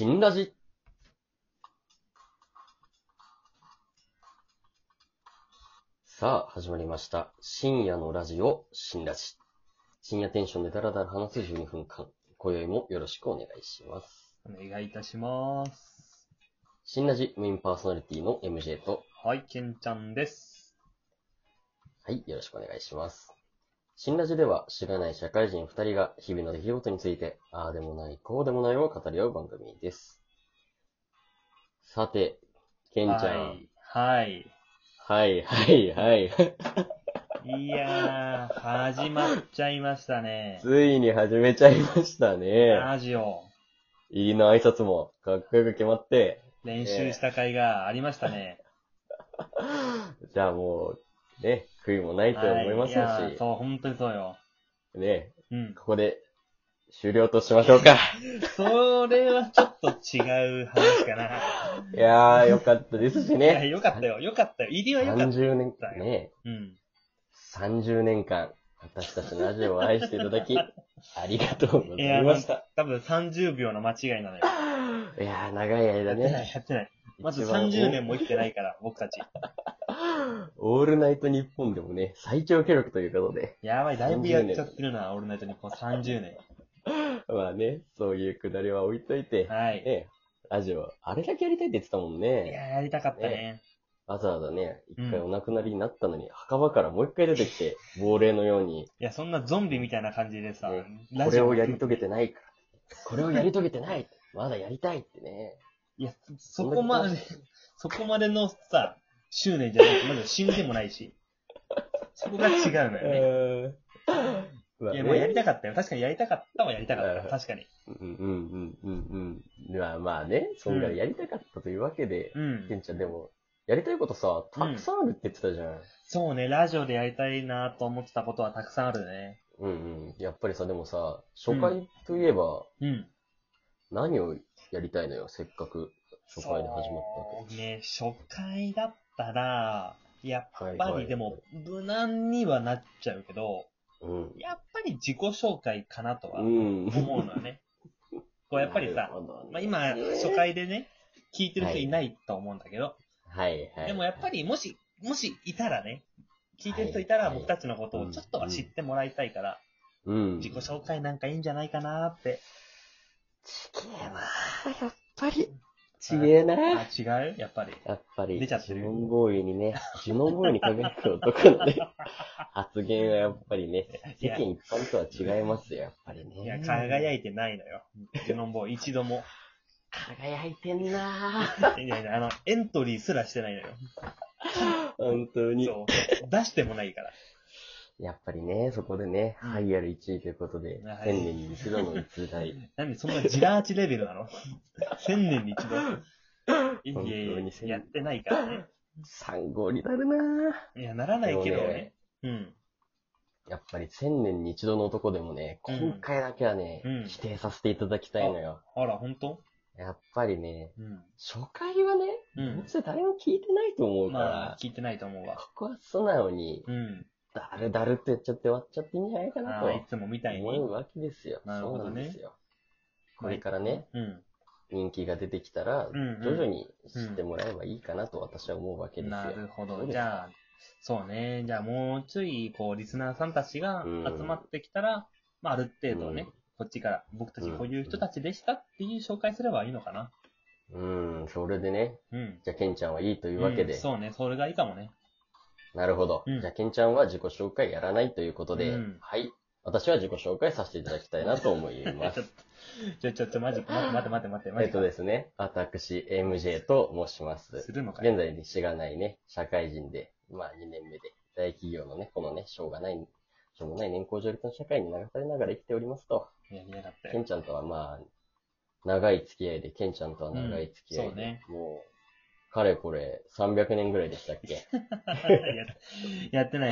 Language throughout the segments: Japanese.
新ラジ。さあ、始まりました。深夜のラジオ、新ラジ。深夜テンションでダラダラ話す12分間。今宵もよろしくお願いします。 お願いいたします。 新ラジメインパーソナリティの MJ と、 はい、けんちゃんです。 はい、よろしくお願いします。新ラジでは知らない社会人2人が日々の出来事について、ああでもない、こうでもないを語り合う番組です。さて、けんちゃん。 はい。 はい。 いやー、始まっちゃいましたね。 ついに始めちゃいましたね。 ラジオ。 入りの挨拶もかっこよく決まって。 練習した甲斐がありましたね。 じゃあもう、ね、悔いもないと思いますし。 いやそう、本当にそうよ。 ね、 うん。 ここで終了としましょうか。 それはちょっと違う話かな。 いやー、よかったですしね。 いや、よかったよ。よかったよ。入りはよかったよ。 30年間ね。 うん。 30年間、私たちのラジオを愛していただき、ありがとうございました。 多分30秒の間違いなのよ。 いやー、長い間ね。 やってない。まず30年も生きてないから、僕たち。 オールナイトニッポンでもね、最長記録ということで。 やばい、だいぶやっちゃってるな、オールナイトニッポン30年。 まあね、そういうくだりは置いといて、 はい。 ね、ラジオ、あれだけやりたいって言ってたもんいね。 や、やりたかったね。 わざわざね、一回お亡くなりになったのに、墓場からもう一回出てきて、亡霊のように。 いや、そんなゾンビみたいな感じでさ、 ね、これをやり遂げてないから。これをやり遂げてない。まだやりたいってね。 いや、そこまでのさ、執念じゃないと、まだ死んでもないし。そこが違うのよね。いや、もうやりたかったよ。確かにやりたかったはやりたかった。確かに。 まあね、そんぐらいやりたかったというわけで、ケンちゃんでも、やりたいことさ、たくさんあるって言ってたじゃん。 そうね、ラジオでやりたいなと思ってたことはたくさんあるね。 やっぱりさ、でもさ、初回といえば、何をやりたいのよ、せっかく初回で始まったわけ。 ね、初回だったら、やっぱりでも、無難にはなっちゃうけど、やっぱり自己紹介かなとは思うのよね。こうやっぱりさ、まあ、今、初回でね、聞いてる人いないと思うんだけど、でもやっぱりもしいたらね、聞いてる人いたら僕たちのことをちょっとは知ってもらいたいから、自己紹介なんかいいんじゃないかなって。 ちげえなやっぱり。ちげえな違うやっぱり。出ちゃってる。 ジュノンボーイに輝く男のね、発言はやっぱりね、世間一般とは違いますよ、やっぱりね。 いや、輝いてないのよ。ジュノンボーイ一度も。 輝いてんないや、エントリーすらしてないのよ。 本当に。 そう。出してもないから。 やっぱりね、そこでね、栄えある1位ということで、1000年に一度の逸材。 何そんなジラーチレベルなの ?1000 年に一度。いや、やってないからね。 参考になるないや、ならないけどね。 やっぱり1000年に一度の男でもね、今回だけはね、否定させていただきたいのよ。 あら、本当？ やっぱりね、初回はね、どうせ誰も聞いてないと思うから。 まあ、聞いてないと思うわ。 ここは素直に、だるってやっちゃって終わっちゃっていいんじゃないかなと。 いつもみたいに。 思うわけですよ。 なるほどね。 そうなんですよ。これからね、人気が出てきたら、徐々に知ってもらえばいいかなと私は思うわけですよ。 なるほど。じゃあ、そうね。じゃあもうちょい、リスナーさんたちが集まってきたら、まあ、ある程度ね、こっちから僕たちこういう人たちでしたっていう紹介すればいいのかな。 それでね。じゃあ、ケンちゃんはいいというわけで。 そうね、それがいいかもね。 なるほど。じゃあ、ケンちゃんは自己紹介やらないということで、はい。私は自己紹介させていただきたいなと思います。 ちょ、マジ待ですね。私、MJ と申します。 するのか現在、しがないね、社会人で、まあ2年目で、大企業のね、このね、しょうもない年功序列の社会に流されながら生きておりますと。ケンちゃんとはまあ、長い付き合いで、ケンちゃんとは長い付き合いで、 そうね。 もう、かれこれ、300年ぐらいでしたっけやってない。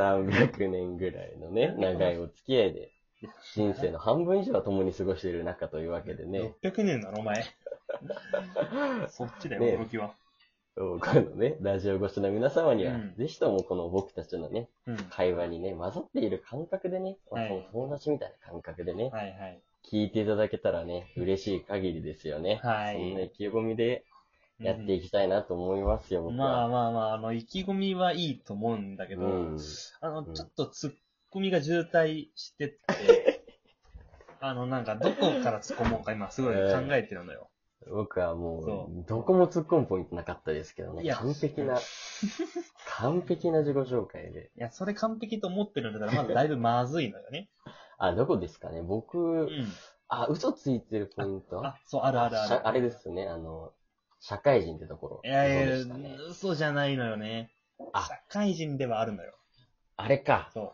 300年ぐらいのね、長いお付き合いで、人生の半分以上は共に過ごしている中というわけでね。 600年なのお前。そっちだよ、驚きは。 このね、ラジオ越しの皆様には、ぜひともこの僕たちのね、会話にね、混ざっている感覚でね、その友達みたいな感覚でね、 聞いていただけたらね、嬉しい限りですよね。 はい。 そんな意気込みでやっていきたいなと思いますよ、僕は。 まあ、意気込みはいいと思うんだけど、ちょっとツッコミが渋滞してって、なんかどこから突っ込もうか今すごい考えてるのよ。 僕はもう、どこも突っ込むポイントなかったですけどね。完璧な自己紹介で。 いや、それ完璧と思ってるんだから、まずだいぶまずいのよね。 どこですかね僕、嘘ついてるポイントそう、ある。 あれですね、社会人ってところ。 いや、嘘じゃないのよね。社会人ではあるのよ。 あれか。 そう。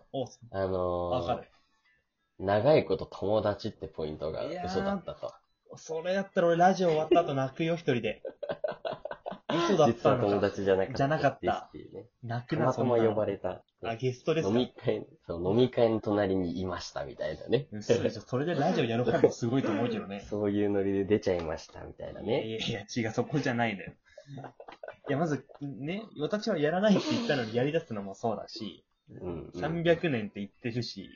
わかる。 長いこと友達ってポイントが嘘だったと。 それやったら俺ラジオ終わった後泣くよ、一人で。嘘だったのか。 実は友達じゃなかった。 泣くな、 そんな。たまたま呼ばれた。 ゲストですか？ 飲み会の隣にいましたみたいなね。 それでラジオやる方もすごいと思うけどね。 そういうノリで出ちゃいましたみたいなね。 いや、違う、そこじゃないのよ。いや、まず、ね、私はやらないって言ったのにやり出すのもそうだし、300年って言ってるし。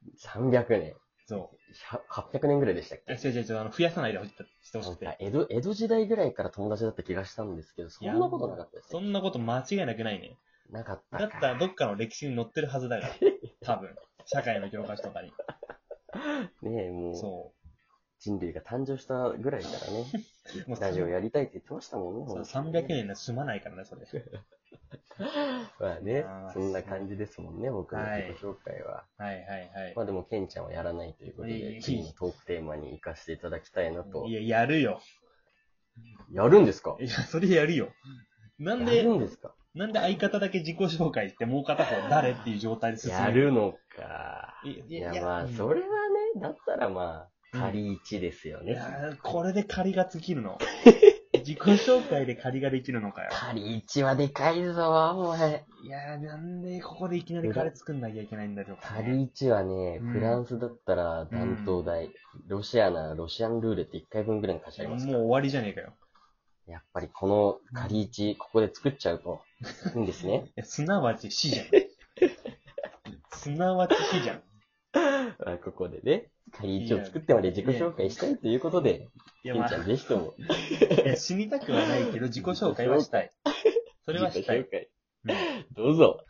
300年。 そう。 800年ぐらいでしたっけ？ 違う、増やさないでしてほしくて。 江戸時代ぐらいから友達だった気がしたんですけど、そんなことなかったですね。 そんなこと間違いなくないね。 なかったか。だったらどっかの歴史に載ってるはずだから。多分。社会の教科書とかに。 ねえ、もう。 そう。 人類が誕生したぐらいからね。ラジオやりたいって言ってましたもんね。 そう、300年で済まないからね、それ。 まあね、そんな感じですもんね、僕の自己紹介は。 はい。 まあでも、ケンちゃんはやらないということで、次のトークテーマに行かせていただきたいなと。 いや、やるよ。 やるんですか？ いや、それやるよ。なんで、 やるんですか？ なんで相方だけ自己紹介してもう片方誰っていう状態で進むやるのか。いや、まあ、それはね、だったらまあ、仮1ですよね。 いや、これで仮が尽きるの。自己紹介で仮ができるのかよ。 仮1はでかいぞ、お前。 いや、なんでここでいきなり仮作んなきゃいけないんだろうか、 ね。仮1はね、フランスだったら断頭台、ロシアンルーレット1回分ぐらいに貸し合いますから。 もう終わりじゃねえかよ。 やっぱりこの仮1、ここで作っちゃうと、いいんですね。 すなわち死じゃん。すなわち死じゃん。 ここでね、仮1を作ってまで自己紹介したいということで、ケンちゃんぜひとも。 いや、死にたくはないけど、自己紹介はしたい。それはしたい。 どうぞ。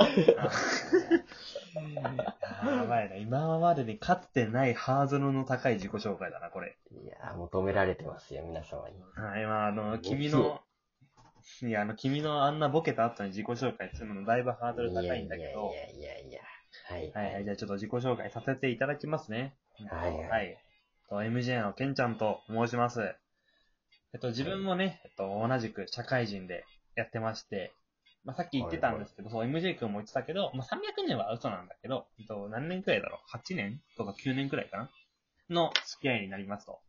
やばいな。今までにかつてないハードルの高い自己紹介だな、これ。 いや、求められてますよ、皆様に。 はい、まあ、君のあんなボケた後に自己紹介するのだいぶハードル高いんだけど。 いや。 はい、じゃあちょっと自己紹介させていただきますね。 はい。 MJ のケンちゃんと申します。自分もね、同じく社会人でやってまして、まあ、さっき言ってたんですけど、そう、MJ 君も言ってたけど、まあ、300年は嘘なんだけど、何年くらいだろう ?8 年とか9年くらいかなの付き合いになりますと。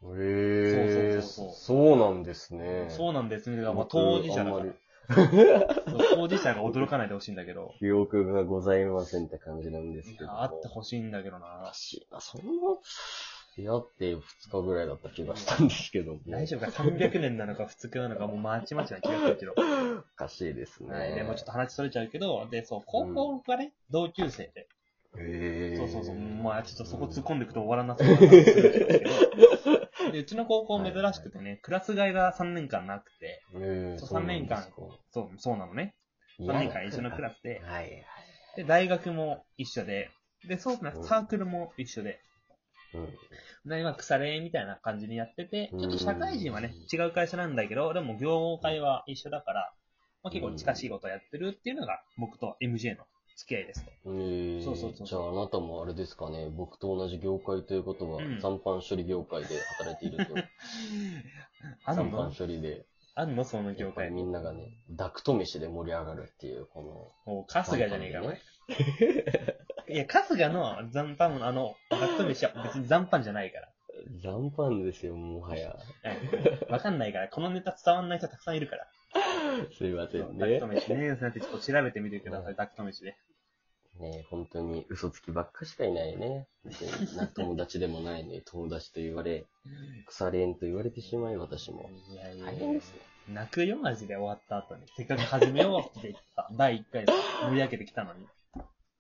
そうなんですね。 そうなんですね。まあ、当事者だから。当事者が驚かないでほしいんだけど。 記憶がございませんって感じなんですけど。 あってほしいんだけどな。 らしいな。そんな、出会って2日ぐらいだった気がしたんですけど。 大丈夫か ?300 年なのか2日なのかもうまちまちな気がするけど。 おかしいですね。 はい。でもちょっと話それちゃうけど、で、そう、高校がね、同級生で。そう。まあちょっとそこ突っ込んでいくと終わらなそうな感じするんですけど。で、うちの高校珍しくてね、クラス替えが3年間なくて。3年間、そうなのね。3年間一緒のクラスで。で、大学も一緒で。で、そうな、サークルも一緒で。で、今、腐れみたいな感じにやってて、ちょっと社会人はね、違う会社なんだけど、でも業界は一緒だから、まあ、結構近しいことをやってるっていうのが、僕と MJ の付き合いですと。そう。 じゃああなたもあれですかね、僕と同じ業界ということは、残飯処理業界で働いていると。残飯処理で。 あんのその業界。 みんながね、ダクト飯で盛り上がるっていう、この。 春日じゃねえか、お前。いや、春日の残飯の、ダクト飯は別に残飯じゃないから。 残飯ですよ、もはや。 わかんないから、このネタ伝わんない人たくさんいるから。 すいませんね。 ダクト飯ね。ちょっと調べてみてください、ダクト飯で。 ねえ、本当に嘘つきばっかしかいないね。友達でもないのに友達と言われ、腐れ縁と言われてしまい、私も。大変ですね。 泣くよ、マジで終わった後に。せっかく始めようって言った。第1回で盛り上げてきたのに。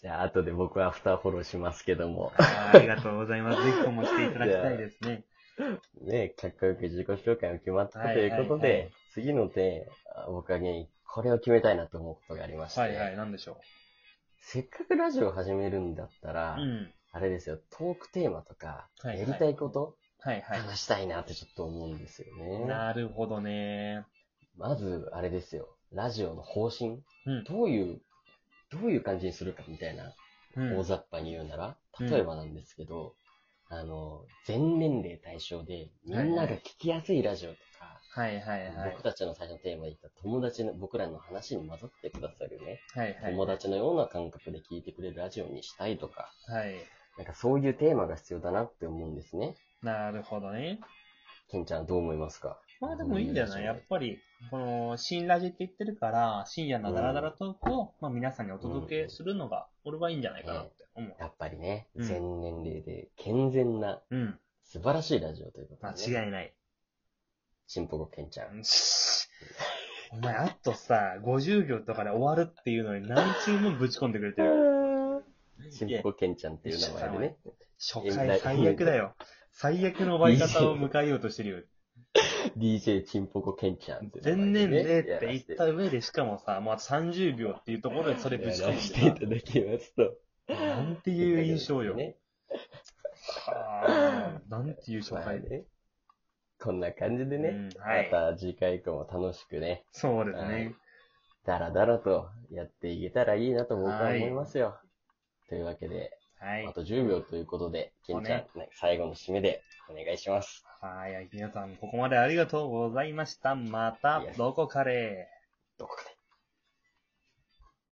じゃあ、後で僕はアフターフォローしますけども。 ありがとうございます。ぜひともしていただきたいですね。 ね、かっこよく自己紹介が決まったということで、 はいはいはい、 次の点、僕はね、これを決めたいなと思うことがありまして。 はいはい、なんでしょせっかくラジオを始めるんだったら、あれですよ、トークテーマとか、やりたいこと、話したいなってちょっと思うんですよね。 なるほどね。 まず、あれですよ、ラジオの方針、どういう感じにするかみたいな、大雑把に言うなら、例えばなんですけど、全年齢対象で、みんなが聞きやすいラジオとか、僕たちの最初のテーマで言った友達の、僕らの話に混ざってくださるね、友達のような感覚で聞いてくれるラジオにしたいとか、なんかそういうテーマが必要だなって思うんですね。 なるほどね。 ケンちゃんどう思いますか？ まあでもいいんじゃない？やっぱり、この、新ラジって言ってるから、深夜のダラダラトークを、まあ皆さんにお届けするのが、俺はいいんじゃないかなって思う。 やっぱりね、全年齢で健全な、素晴らしいラジオということで、 ね。間違いない。 ちんぽこケンちゃん。 お前、あとさ、50秒とかで終わるっていうのに何チームもぶち込んでくれてる。 ちんぽこケンちゃんっていう名前でね。 初回最悪だよ。最悪の終わり方を迎えようとしてるよ。 DJ ちんぽこケンちゃんって全年齢って言った上で、しかもさ、もうあと30秒っていうところでそれぶち込んでしていただきますと。 なんていう印象よ。はぁ、なんていう初回で。 こんな感じでね、また次回以降も楽しくね。 そうですね。 だらだらとやっていけたらいいなと僕は思いますよ。というわけで、あと10秒ということで、ケンちゃん、最後の締めでお願いします。 はい、皆さんここまでありがとうございました。また、どこかで。 どこかで。